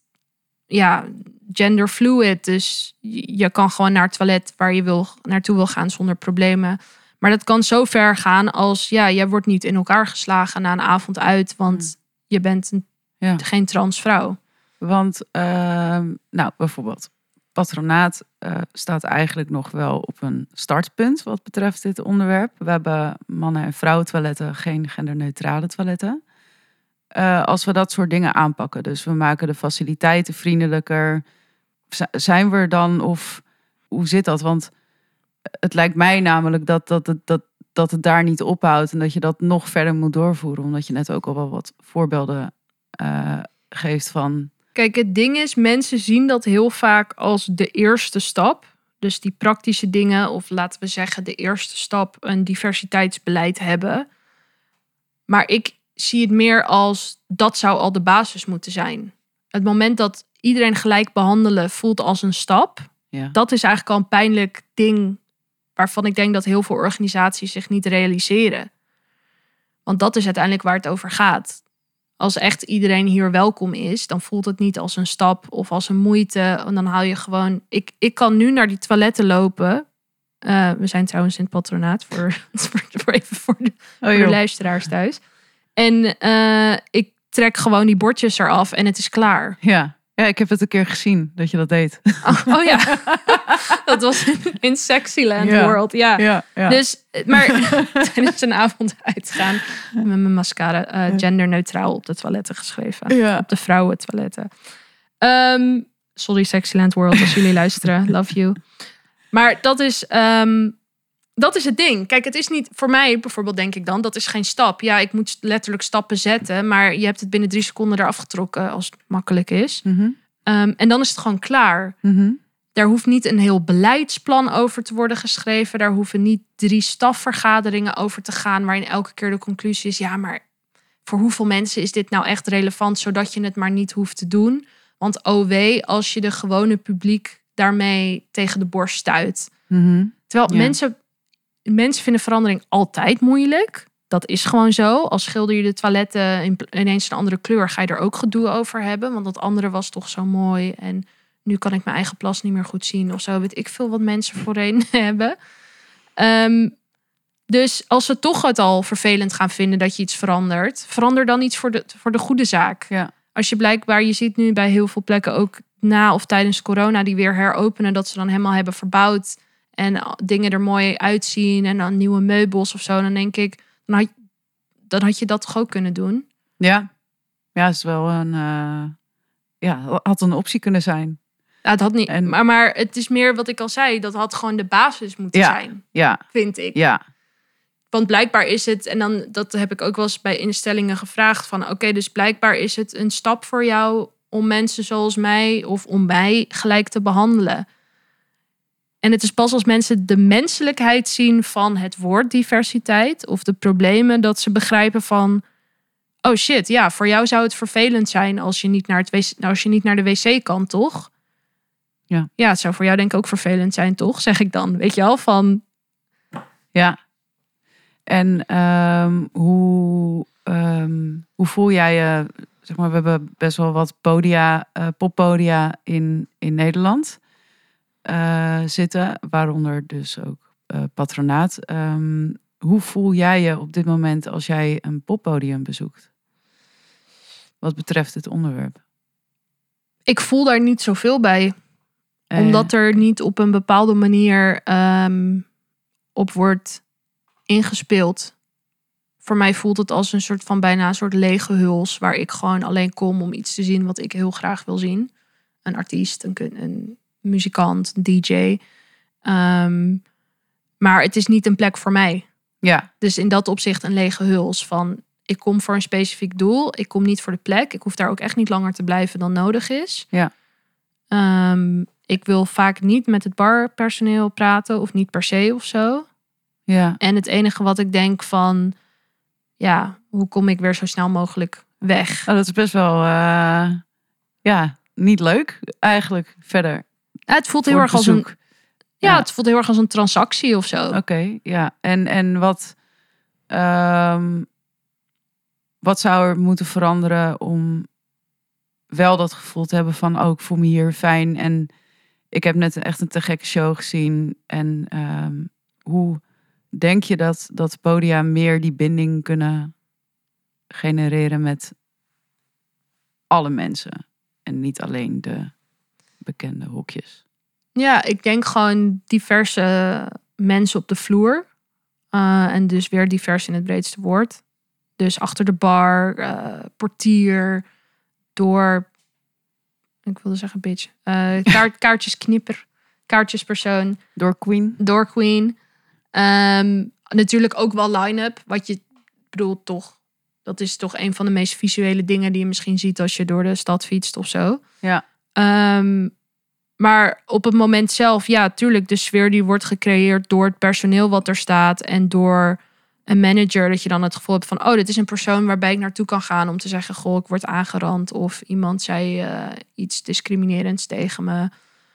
genderfluid, dus je kan gewoon naar het toilet waar je naartoe wil gaan zonder problemen. Maar dat kan zo ver gaan als... jij wordt niet in elkaar geslagen na een avond uit... want je bent geen transvrouw. Want, bijvoorbeeld... Patronaat staat eigenlijk nog wel op een startpunt... wat betreft dit onderwerp. We hebben mannen- en vrouwentoiletten... geen genderneutrale toiletten. Als we dat soort dingen aanpakken... dus we maken de faciliteiten vriendelijker... zijn we er dan of hoe zit dat? Want het lijkt mij namelijk dat het daar niet ophoudt... en dat je dat nog verder moet doorvoeren... omdat je net ook al wel wat voorbeelden geeft van... Kijk, het ding is, mensen zien dat heel vaak als de eerste stap. Dus die praktische dingen, of laten we zeggen de eerste stap... een diversiteitsbeleid hebben. Maar ik zie het meer als, dat zou al de basis moeten zijn. Het moment dat iedereen gelijk behandelen voelt als een stap... Ja. dat is eigenlijk al een pijnlijk ding... waarvan ik denk dat heel veel organisaties zich niet realiseren. Want dat is uiteindelijk waar het over gaat... Als echt iedereen hier welkom is, dan voelt het niet als een stap of als een moeite. En dan haal je gewoon... Ik kan nu naar die toiletten lopen. We zijn trouwens in het patronaat voor de luisteraars thuis. En ik trek gewoon die bordjes eraf en het is klaar. Ja, ik heb het een keer gezien dat je dat deed. Oh ja, dat was in Sexyland World. Ja. Dus, maar tijdens een avond uitgaan met mijn mascara genderneutraal op de toiletten geschreven. Ja. Op de vrouwentoiletten. Sorry Sexyland World als jullie luisteren. Love you. Maar dat is het ding. Kijk, het is niet voor mij bijvoorbeeld, denk ik dan, dat is geen stap. Ja, ik moet letterlijk stappen zetten, maar je hebt het binnen 3 seconden eraf getrokken als het makkelijk is. Mm-hmm. En dan is het gewoon klaar. Mm-hmm. Daar hoeft niet een heel beleidsplan over te worden geschreven. Daar hoeven niet 3 stafvergaderingen over te gaan, waarin elke keer de conclusie is, ja, maar voor hoeveel mensen is dit nou echt relevant, zodat je het maar niet hoeft te doen? Want oh wee, als je de gewone publiek daarmee tegen de borst stuit. Mm-hmm. Terwijl mensen vinden verandering altijd moeilijk. Dat is gewoon zo. Als schilder je de toiletten ineens een andere kleur, ga je er ook gedoe over hebben. Want dat andere was toch zo mooi. En nu kan ik mijn eigen plas niet meer goed zien of zo. Weet ik veel wat mensen voorheen hebben. Dus als ze toch het al vervelend gaan vinden dat je iets verandert, verander dan iets voor de goede zaak. Ja. Als je blijkbaar, je ziet nu bij heel veel plekken ook na of tijdens corona die weer heropenen, dat ze dan helemaal hebben verbouwd en dingen er mooi uitzien en dan nieuwe meubels of zo. Dan denk ik, dan had je dat toch ook kunnen doen? Ja, is wel een... had een optie kunnen zijn. Ja, het had niet, maar het is meer wat ik al zei. Dat had gewoon de basis moeten zijn, vind ik. Ja. Want blijkbaar is het, en dan dat heb ik ook wel eens bij instellingen gevraagd van oké, dus blijkbaar is het een stap voor jou om mensen zoals mij of om mij gelijk te behandelen. En het is pas als mensen de menselijkheid zien van het woord diversiteit of de problemen, dat ze begrijpen van oh shit, ja, voor jou zou het vervelend zijn als je niet naar de wc kan, toch? Ja. Ja, het zou voor jou denk ik ook vervelend zijn, toch? Zeg ik dan, weet je wel, van... Ja. En hoe voel jij je... Zeg maar, we hebben best wel wat poppodia in Nederland zitten. Waaronder dus ook Patronaat. Hoe voel jij je op dit moment als jij een poppodium bezoekt? Wat betreft het onderwerp. Ik voel daar niet zoveel bij. Omdat er niet op een bepaalde manier op wordt ingespeeld. Voor mij voelt het als een soort van bijna een soort lege huls, waar ik gewoon alleen kom om iets te zien wat ik heel graag wil zien. Een artiest, een muzikant, een DJ. Maar het is niet een plek voor mij. Ja. Dus in dat opzicht een lege huls van ik kom voor een specifiek doel. Ik kom niet voor de plek. Ik hoef daar ook echt niet langer te blijven dan nodig is. Ja. Ik wil vaak niet met het barpersoneel praten of niet per se of zo. Ja. En het enige wat ik denk van, ja, hoe kom ik weer zo snel mogelijk weg? Oh, dat is best wel, niet leuk eigenlijk verder. Het voelt heel erg als een, het voelt heel erg als een transactie of zo. Oké, ja. En wat zou er moeten veranderen om wel dat gevoel te hebben van, oh, ik voel me hier fijn en ik heb net echt een te gekke show gezien. En hoe denk je dat podia meer die binding kunnen genereren met alle mensen en niet alleen de bekende hokjes? Ja, ik denk gewoon diverse mensen op de vloer. En dus weer divers in het breedste woord. Dus achter de bar, portier, door... Ik wilde zeggen bitch. Kaartjesknipper, kaartjespersoon. Door Queen. Natuurlijk ook wel line-up. Wat je bedoelt toch... Dat is toch een van de meest visuele dingen die je misschien ziet als je door de stad fietst of zo. Ja. Maar op het moment zelf, ja, tuurlijk, de sfeer die wordt gecreëerd door het personeel wat er staat en door een manager, dat je dan het gevoel hebt van, dit is een persoon waarbij ik naartoe kan gaan om te zeggen, goh, ik word aangerand of iemand zei iets discriminerends tegen me.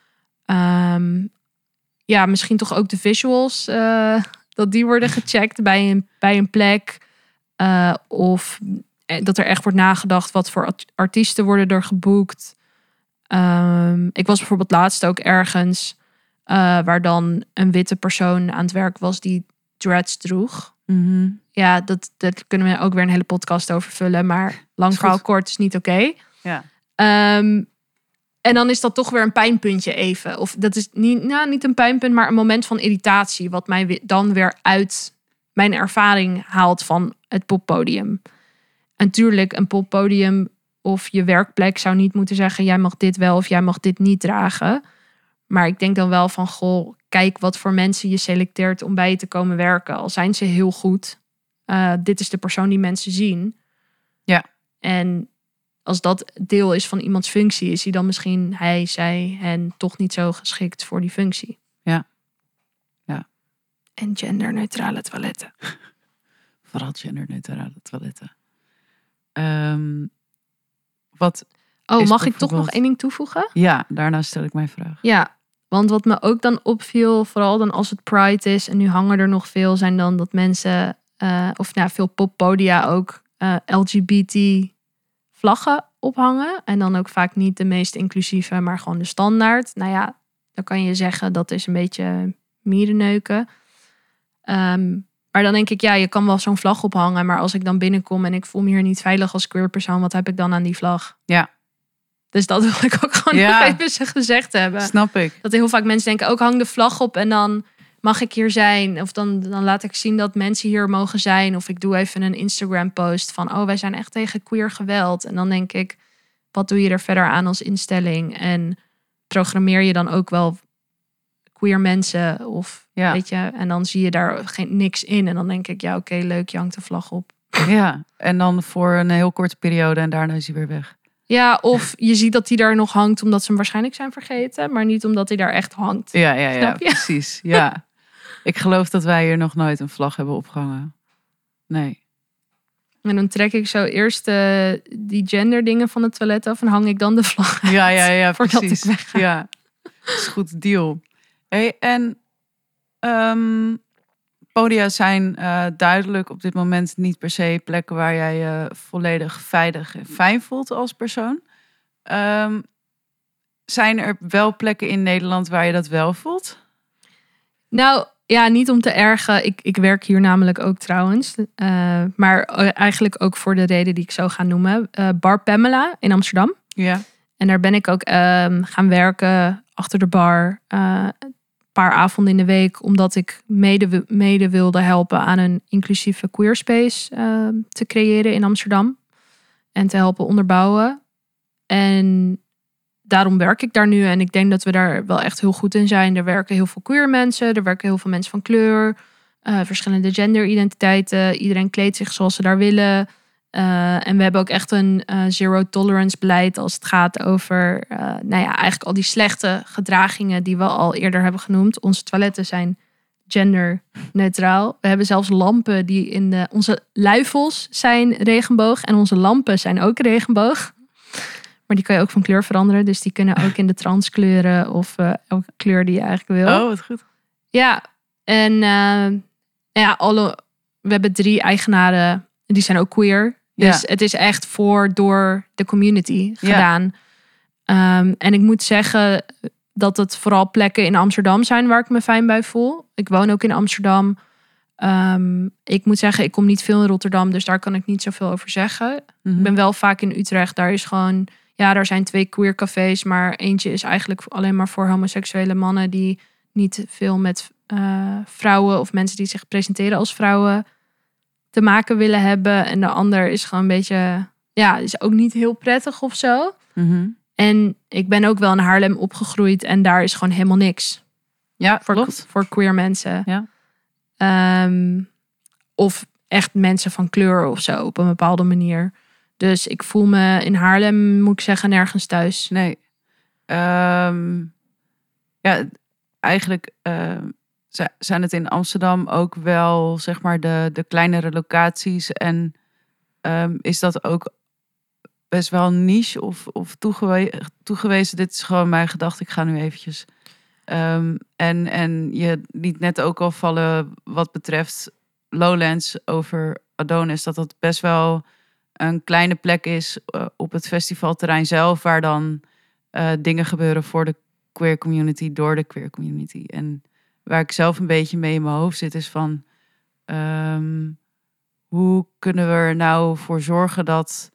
Ja, misschien toch ook de visuals, dat die worden gecheckt bij een plek. Of dat er echt wordt nagedacht wat voor artiesten worden er geboekt. Ik was bijvoorbeeld laatst ook ergens waar dan een witte persoon aan het werk was die dreads droeg. Mm-hmm. Ja, dat kunnen we ook weer een hele podcast over vullen. Maar lang verhaal kort is niet oké. Ja. En dan is dat toch weer een pijnpuntje even. Of dat is niet een pijnpunt, maar een moment van irritatie. Wat mij dan weer uit mijn ervaring haalt van het poppodium. En tuurlijk, een poppodium of je werkplek zou niet moeten zeggen, jij mag dit wel of jij mag dit niet dragen. Maar ik denk dan wel van, goh, kijk wat voor mensen je selecteert om bij je te komen werken. Al zijn ze heel goed. Dit is de persoon die mensen zien. Ja. En als dat deel is van iemands functie, is hij dan misschien hij, zij, hen toch niet zo geschikt voor die functie. Ja. En genderneutrale toiletten. Vooral genderneutrale toiletten. Mag ik toch nog één ding toevoegen? Ja, daarna stel ik mijn vraag. Ja, want wat me ook dan opviel, vooral dan als het Pride is, en nu hangen er nog veel, zijn dan dat mensen, veel poppodia ook LGBT vlaggen ophangen. En dan ook vaak niet de meest inclusieve, maar gewoon de standaard. Nou ja, dan kan je zeggen dat is een beetje mierenneuken. Maar dan denk ik, ja, je kan wel zo'n vlag ophangen. Maar als ik dan binnenkom en ik voel me hier niet veilig als queer persoon, wat heb ik dan aan die vlag? Ja. Dus dat wil ik ook gewoon nog even gezegd hebben. Snap ik. Dat heel vaak mensen denken, ook hang de vlag op en dan mag ik hier zijn. Of dan laat ik zien dat mensen hier mogen zijn. Of ik doe even een Instagram post van, wij zijn echt tegen queer geweld. En dan denk ik, wat doe je er verder aan als instelling? En programmeer je dan ook wel queer mensen of weet je, en dan zie je daar niks in en dan denk ik, ja, oké, leuk, je hangt de vlag op. Ja, en dan voor een heel korte periode en daarna is hij weer weg. Ja, of je ziet dat hij daar nog hangt omdat ze hem waarschijnlijk zijn vergeten, maar niet omdat hij daar echt hangt. Ja, precies. Ja. Ik geloof dat wij hier nog nooit een vlag hebben opgehangen. Nee. En dan trek ik zo eerst die genderdingen van het toilet af en hang ik dan de vlag uit. Ja, voordat precies. ik wegga. Ja, dat is een goed deal. Hey, en podia zijn duidelijk op dit moment niet per se plekken waar jij je volledig veilig en fijn voelt als persoon. Zijn er wel plekken in Nederland waar je dat wel voelt? Nou, ja, niet om te ergen. Ik werk hier namelijk ook trouwens. Maar eigenlijk ook voor de reden die ik zo ga noemen. Bar Pamela in Amsterdam. Ja. En daar ben ik ook gaan werken achter de bar. Een paar avonden in de week. Omdat ik mede wilde helpen aan een inclusieve queer space te creëren in Amsterdam. En te helpen onderbouwen. En daarom werk ik daar nu. En ik denk dat we daar wel echt heel goed in zijn. Er werken heel veel queer mensen. Er werken heel veel mensen van kleur. Verschillende genderidentiteiten. Iedereen kleedt zich zoals ze daar willen. En we hebben ook echt een zero tolerance beleid als het gaat over eigenlijk al die slechte gedragingen die we al eerder hebben genoemd. Onze toiletten zijn genderneutraal. We hebben zelfs lampen die onze luifels zijn regenboog en onze lampen zijn ook regenboog. Maar die kan je ook van kleur veranderen. Dus die kunnen ook in de transkleuren of elke kleur die je eigenlijk wil. Oh, wat goed. Ja, en we hebben 3 eigenaren. Die zijn ook queer. Dus het is echt door de community gedaan. En ik moet zeggen dat het vooral plekken in Amsterdam zijn waar ik me fijn bij voel. Ik woon ook in Amsterdam. Ik moet zeggen, ik kom niet veel in Rotterdam, dus daar kan ik niet zoveel over zeggen. Mhm. Ik ben wel vaak in Utrecht. Daar is gewoon, daar zijn 2 queer cafés, maar eentje is eigenlijk alleen maar voor homoseksuele mannen die niet veel met vrouwen of mensen die zich presenteren als vrouwen te maken willen hebben. En de ander is gewoon een beetje, is ook niet heel prettig of zo. Mhm. En ik ben ook wel in Haarlem opgegroeid en daar is gewoon helemaal niks. Ja, klopt. Voor queer mensen. Ja. Of echt mensen van kleur of zo, op een bepaalde manier. Dus ik voel me in Haarlem, moet ik zeggen, nergens thuis. Nee. Eigenlijk zijn het in Amsterdam ook wel, zeg maar, de kleinere locaties. En is dat ook best wel niche of toegewezen. Dit is gewoon mijn gedachte. Ik ga nu eventjes. En je liet net ook al vallen wat betreft Lowlands over Adonis. Dat best wel een kleine plek is op het festivalterrein zelf. Waar dan dingen gebeuren voor de queer community, door de queer community. En waar ik zelf een beetje mee in mijn hoofd zit is van... hoe kunnen we er nou voor zorgen dat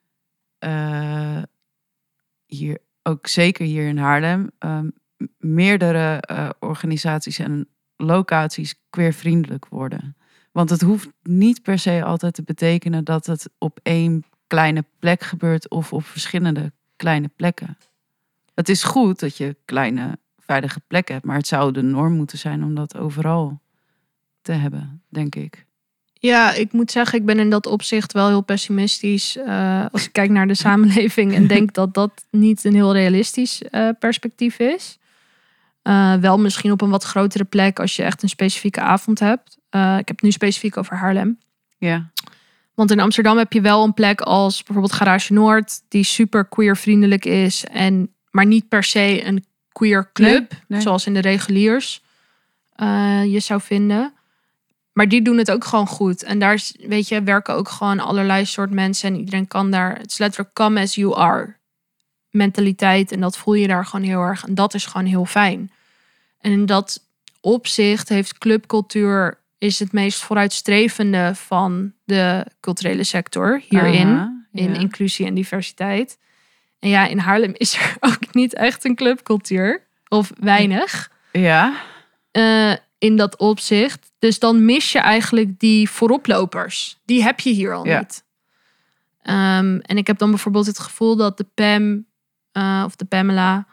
hier, ook zeker hier in Haarlem, meerdere organisaties en locaties queervriendelijk worden. Want het hoeft niet per se altijd te betekenen dat het op 1 kleine plek gebeurt of op verschillende kleine plekken. Het is goed dat je kleine, veilige plekken hebt, maar het zou de norm moeten zijn om dat overal te hebben, denk ik. Ja, ik moet zeggen, ik ben in dat opzicht wel heel pessimistisch als ik kijk naar de samenleving en denk dat dat niet een heel realistisch perspectief is. Wel misschien op een wat grotere plek als je echt een specifieke avond hebt. Ik heb het nu specifiek over Haarlem. Ja. Want in Amsterdam heb je wel een plek als bijvoorbeeld Garage Noord, die super queer-vriendelijk is, maar niet per se een queer club, Nee. zoals in de reguliers je zou vinden. Maar die doen het ook gewoon goed. En daar werken ook gewoon allerlei soort mensen. En iedereen kan daar, het is letterlijk come as you are mentaliteit. En dat voel je daar gewoon heel erg. En dat is gewoon heel fijn. En in dat opzicht heeft clubcultuur is het meest vooruitstrevende van de culturele sector hierin. In inclusie en diversiteit. En ja, in Haarlem is er ook niet echt een clubcultuur. Of weinig. Ja. In dat opzicht. Dus dan mis je eigenlijk die vooroplopers. Die heb je hier al niet. En ik heb dan bijvoorbeeld het gevoel dat de Pam of de Pamela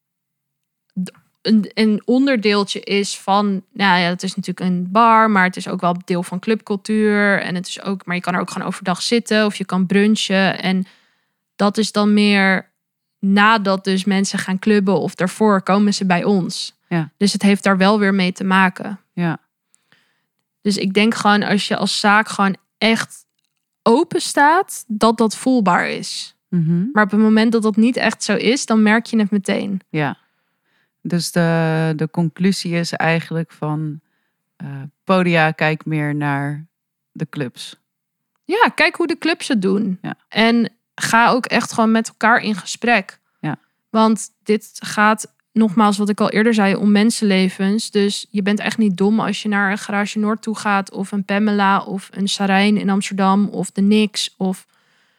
een onderdeeltje is van... het is natuurlijk een bar, maar het is ook wel deel van clubcultuur. En het is ook, maar je kan er ook gewoon overdag zitten of je kan brunchen. En dat is dan meer nadat dus mensen gaan clubben of daarvoor komen ze bij ons. Ja. Dus het heeft daar wel weer mee te maken. Ja. Dus ik denk gewoon als je als zaak gewoon echt open staat, dat voelbaar is. Mm-hmm. Maar op het moment dat dat niet echt zo is, dan merk je het meteen. Ja. Dus de conclusie is eigenlijk van Podia, kijk meer naar de clubs. Ja, kijk hoe de clubs het doen. Ja. En ga ook echt gewoon met elkaar in gesprek. Ja. Want dit gaat, nogmaals wat ik al eerder zei, om mensenlevens. Dus je bent echt niet dom als je naar een Garage Noord toe gaat. Of een Pamela of een Sarijn in Amsterdam. Of de Nix. Of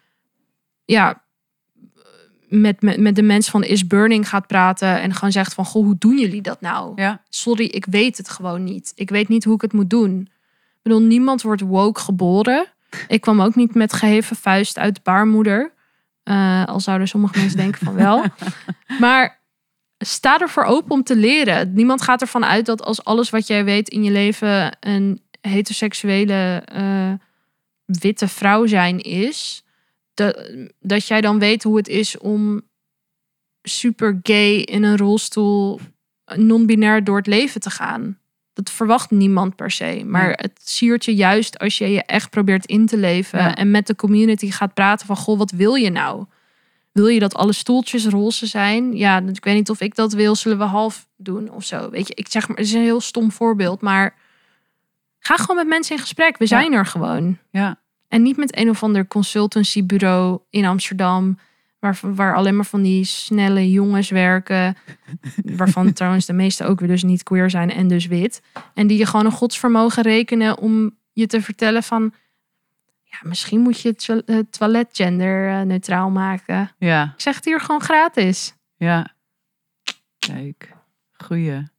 met de mensen van Is Burning gaat praten. En gewoon zegt van, goh, hoe doen jullie dat nou? Ja. Sorry, ik weet het gewoon niet. Ik weet niet hoe ik het moet doen. Ik bedoel, niemand wordt woke geboren. Ik kwam ook niet met geheven vuist uit de baarmoeder. Al zouden sommige mensen denken van wel. Maar sta ervoor open om te leren. Niemand gaat ervan uit dat als alles wat jij weet in je leven een heteroseksuele witte vrouw zijn is, dat jij dan weet hoe het is om super gay in een rolstoel non-binair door het leven te gaan. Dat verwacht niemand per se. Maar het siert je juist als je je echt probeert in te leven en met de community gaat praten van, goh, wat wil je nou? Wil je dat alle stoeltjes roze zijn? Ja, ik weet niet of ik dat wil. Zullen we half doen of zo? Weet je, ik zeg maar, het is een heel stom voorbeeld, maar ga gewoon met mensen in gesprek. We zijn er gewoon. Ja. En niet met een of ander consultancybureau in Amsterdam, Waar alleen maar van die snelle jongens werken. Waarvan trouwens de meeste ook weer dus niet queer zijn en dus wit. En die je gewoon een godsvermogen rekenen om je te vertellen van... Ja, misschien moet je het toilet genderneutraal maken. Ja. Ik zeg het hier gewoon gratis. Ja. Kijk. Goeie.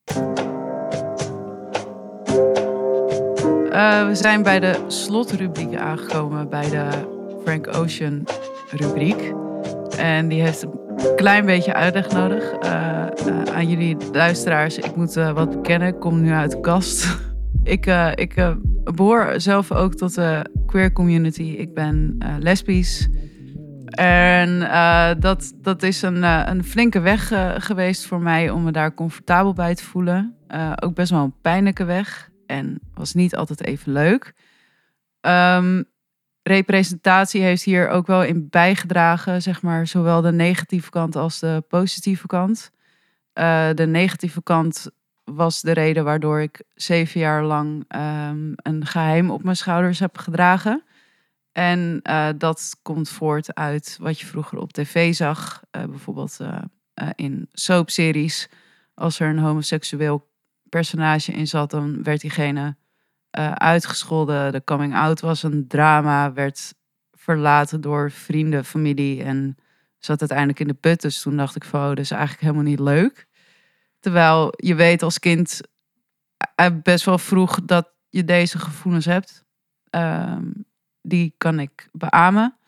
We zijn bij de slotrubriek aangekomen bij de Frank Ocean rubriek. En die heeft een klein beetje uitleg nodig. Aan jullie luisteraars, ik moet wat bekennen. Ik kom nu uit de kast. Ik behoor zelf ook tot de queer community. Ik ben lesbisch. En dat is een flinke weg geweest voor mij om me daar comfortabel bij te voelen. Ook best wel een pijnlijke weg. En was niet altijd even leuk. Representatie heeft hier ook wel in bijgedragen, zeg maar, zowel de negatieve kant als de positieve kant. De negatieve kant was de reden waardoor ik 7 jaar lang een geheim op mijn schouders heb gedragen. En dat komt voort uit wat je vroeger op tv zag. Bijvoorbeeld in soapseries. Als er een homoseksueel personage in zat, dan werd diegene uitgescholden. De coming out was een drama, werd verlaten door vrienden, familie en zat uiteindelijk in de put. Dus toen dacht ik van, dat is eigenlijk helemaal niet leuk. Terwijl je weet als kind best wel vroeg dat je deze gevoelens hebt. Die kan ik beamen.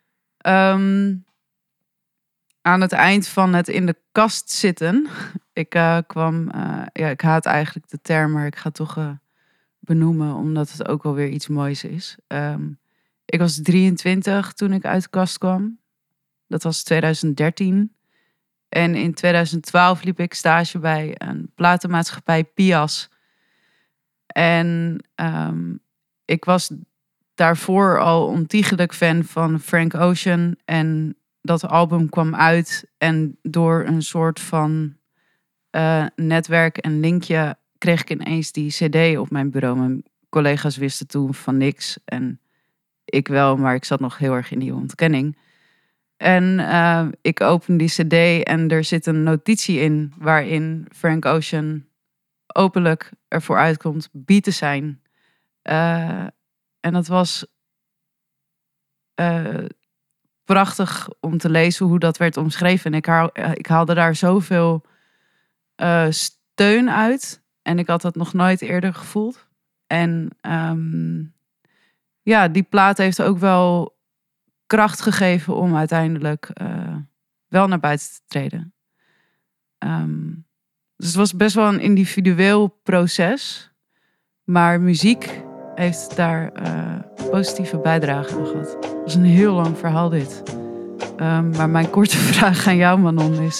Aan het eind van het in de kast zitten. Ik ik haat eigenlijk de term, maar ik ga het toch benoemen, omdat het ook wel weer iets moois is. Ik was 23 toen ik uit de kast kwam. Dat was 2013. En in 2012 liep ik stage bij een platenmaatschappij, Pias. En ik was daarvoor al ontiegelijk fan van Frank Ocean. En dat album kwam uit. En door een soort van netwerk en linkje kreeg ik ineens die cd op mijn bureau. Mijn collega's wisten toen van niks. En ik wel, maar ik zat nog heel erg in die ontkenning. En ik open die cd en er zit een notitie in waarin Frank Ocean openlijk ervoor uitkomt bi te zijn. En dat was prachtig om te lezen hoe dat werd omschreven. En ik haalde daar zoveel steun uit. En ik had dat nog nooit eerder gevoeld. En die plaat heeft ook wel kracht gegeven om uiteindelijk wel naar buiten te treden. Dus het was best wel een individueel proces. Maar muziek heeft daar positieve bijdrage aan gehad. Dat is een heel lang verhaal dit. Maar mijn korte vraag aan jou, Manon, is...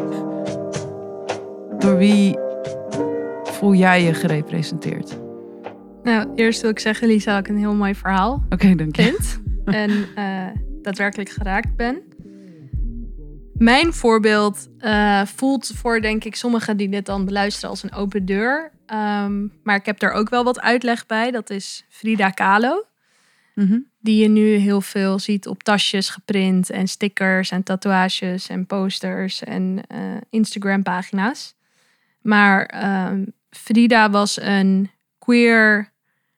door wie voel jij je gerepresenteerd? Nou, eerst wil ik zeggen, Lisa, dat ik een heel mooi verhaal dank je. vind. En daadwerkelijk geraakt ben. Mijn voorbeeld voelt voor, denk ik, sommigen die dit dan beluisteren als een open deur. Maar ik heb daar ook wel wat uitleg bij. Dat is Frida Kahlo. Mm-hmm. Die je nu heel veel ziet op tasjes geprint. En stickers en tatoeages en posters en Instagram pagina's. Maar Frida was een queer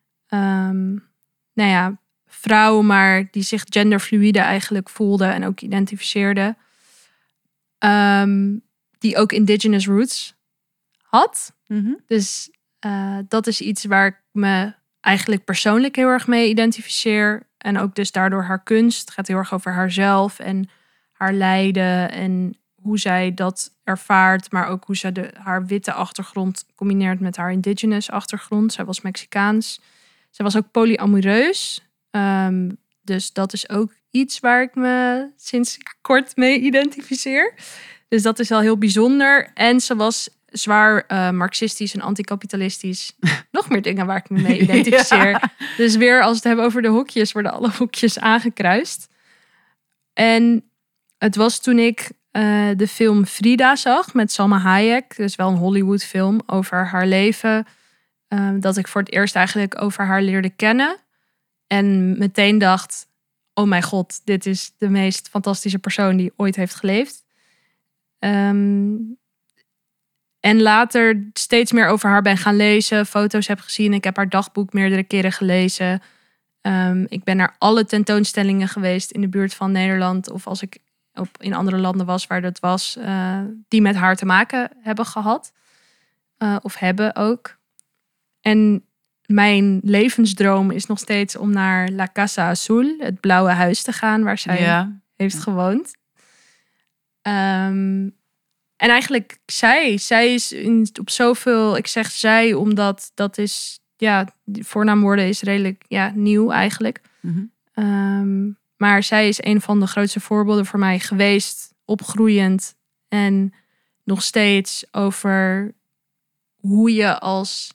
vrouw, maar die zich genderfluïde eigenlijk voelde en ook identificeerde. Die ook indigenous roots had. Mm-hmm. Dus dat is iets waar ik me eigenlijk persoonlijk heel erg mee identificeer. En ook dus daardoor haar kunst. Het gaat heel erg over haarzelf en haar lijden en hoe zij dat ervaart. Maar ook hoe zij haar witte achtergrond combineert met haar indigenous achtergrond. Zij was Mexicaans. Zij was ook polyamoreus. Dus dat is ook iets waar ik me sinds kort mee identificeer. Dus dat is wel heel bijzonder. En ze was zwaar marxistisch en anticapitalistisch. Nog meer dingen waar ik me mee identificeer. Ja. Dus weer, als we het hebben over de hokjes, worden alle hokjes aangekruist. En het was toen ik de film Frida zag met Salma Hayek. Dus wel een Hollywood film over haar leven. Dat ik voor het eerst eigenlijk over haar leerde kennen. En meteen dacht, oh mijn god, dit is de meest fantastische persoon die ooit heeft geleefd. En later steeds meer over haar ben gaan lezen, foto's heb gezien. Ik heb haar dagboek meerdere keren gelezen. Ik ben naar alle tentoonstellingen geweest in de buurt van Nederland. Of als ik in andere landen was waar dat was, die met haar te maken hebben gehad. Of hebben ook. En mijn levensdroom is nog steeds om naar La Casa Azul, het blauwe huis, te gaan waar zij heeft gewoond. En eigenlijk zij is op zoveel, ik zeg zij omdat dat is, die voornaamwoorden is redelijk nieuw eigenlijk. Mm-hmm. Maar zij is een van de grootste voorbeelden voor mij geweest, opgroeiend en nog steeds over hoe je als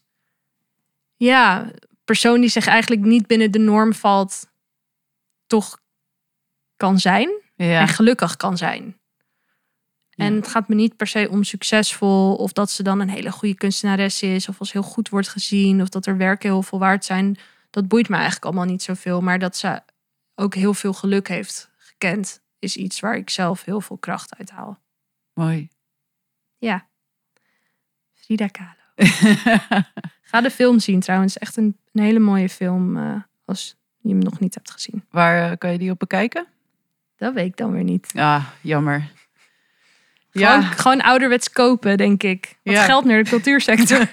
persoon die zich eigenlijk niet binnen de norm valt, toch kan zijn en gelukkig kan zijn. En het gaat me niet per se om succesvol of dat ze dan een hele goede kunstenares is of als heel goed wordt gezien of dat er werken heel veel waard zijn. Dat boeit me eigenlijk allemaal niet zoveel. Maar dat ze ook heel veel geluk heeft gekend is iets waar ik zelf heel veel kracht uit haal. Mooi. Ja. Frida Kahlo. Ga de film zien trouwens. Echt een hele mooie film als je hem nog niet hebt gezien. Waar kan je die op bekijken? Dat weet ik dan weer niet. Ja, jammer. Gewoon ouderwets kopen, denk ik. Wat geld naar de cultuursector.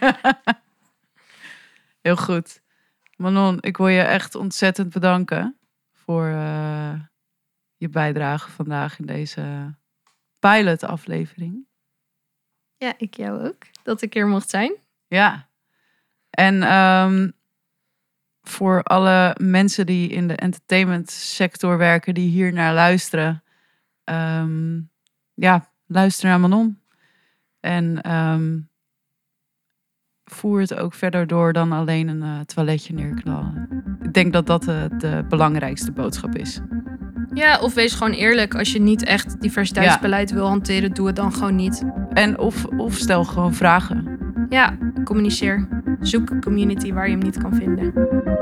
Heel goed. Manon, ik wil je echt ontzettend bedanken voor je bijdrage vandaag in deze pilot-aflevering. Ja, ik jou ook. Dat ik hier mocht zijn. Ja. En voor alle mensen die in de entertainmentsector werken, die hier naar luisteren. Luister naar Manon. En voer het ook verder door dan alleen een toiletje neerknallen. Ik denk dat dat de belangrijkste boodschap is. Ja, of wees gewoon eerlijk. Als je niet echt diversiteitsbeleid wil hanteren, doe het dan gewoon niet. En of stel gewoon vragen. Ja, communiceer. Zoek een community waar je hem niet kan vinden.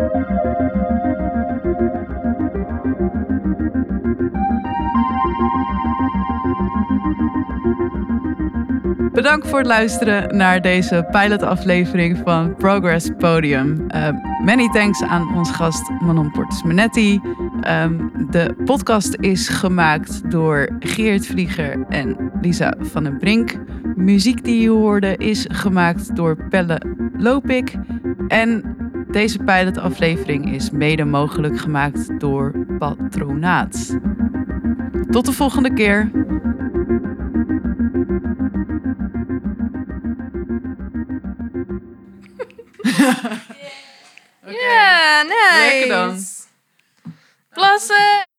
Bedankt voor het luisteren naar deze pilotaflevering van Progress Podium. Many thanks aan ons gast Manon Portes-Minetti. De podcast is gemaakt door Geert Vlieger en Lisa van den Brink. Muziek die je hoorde is gemaakt door Pelle Lopik. En deze pilotaflevering is mede mogelijk gemaakt door Patronaat. Tot de volgende keer. Ja, nice. Lekker dan. Plassen.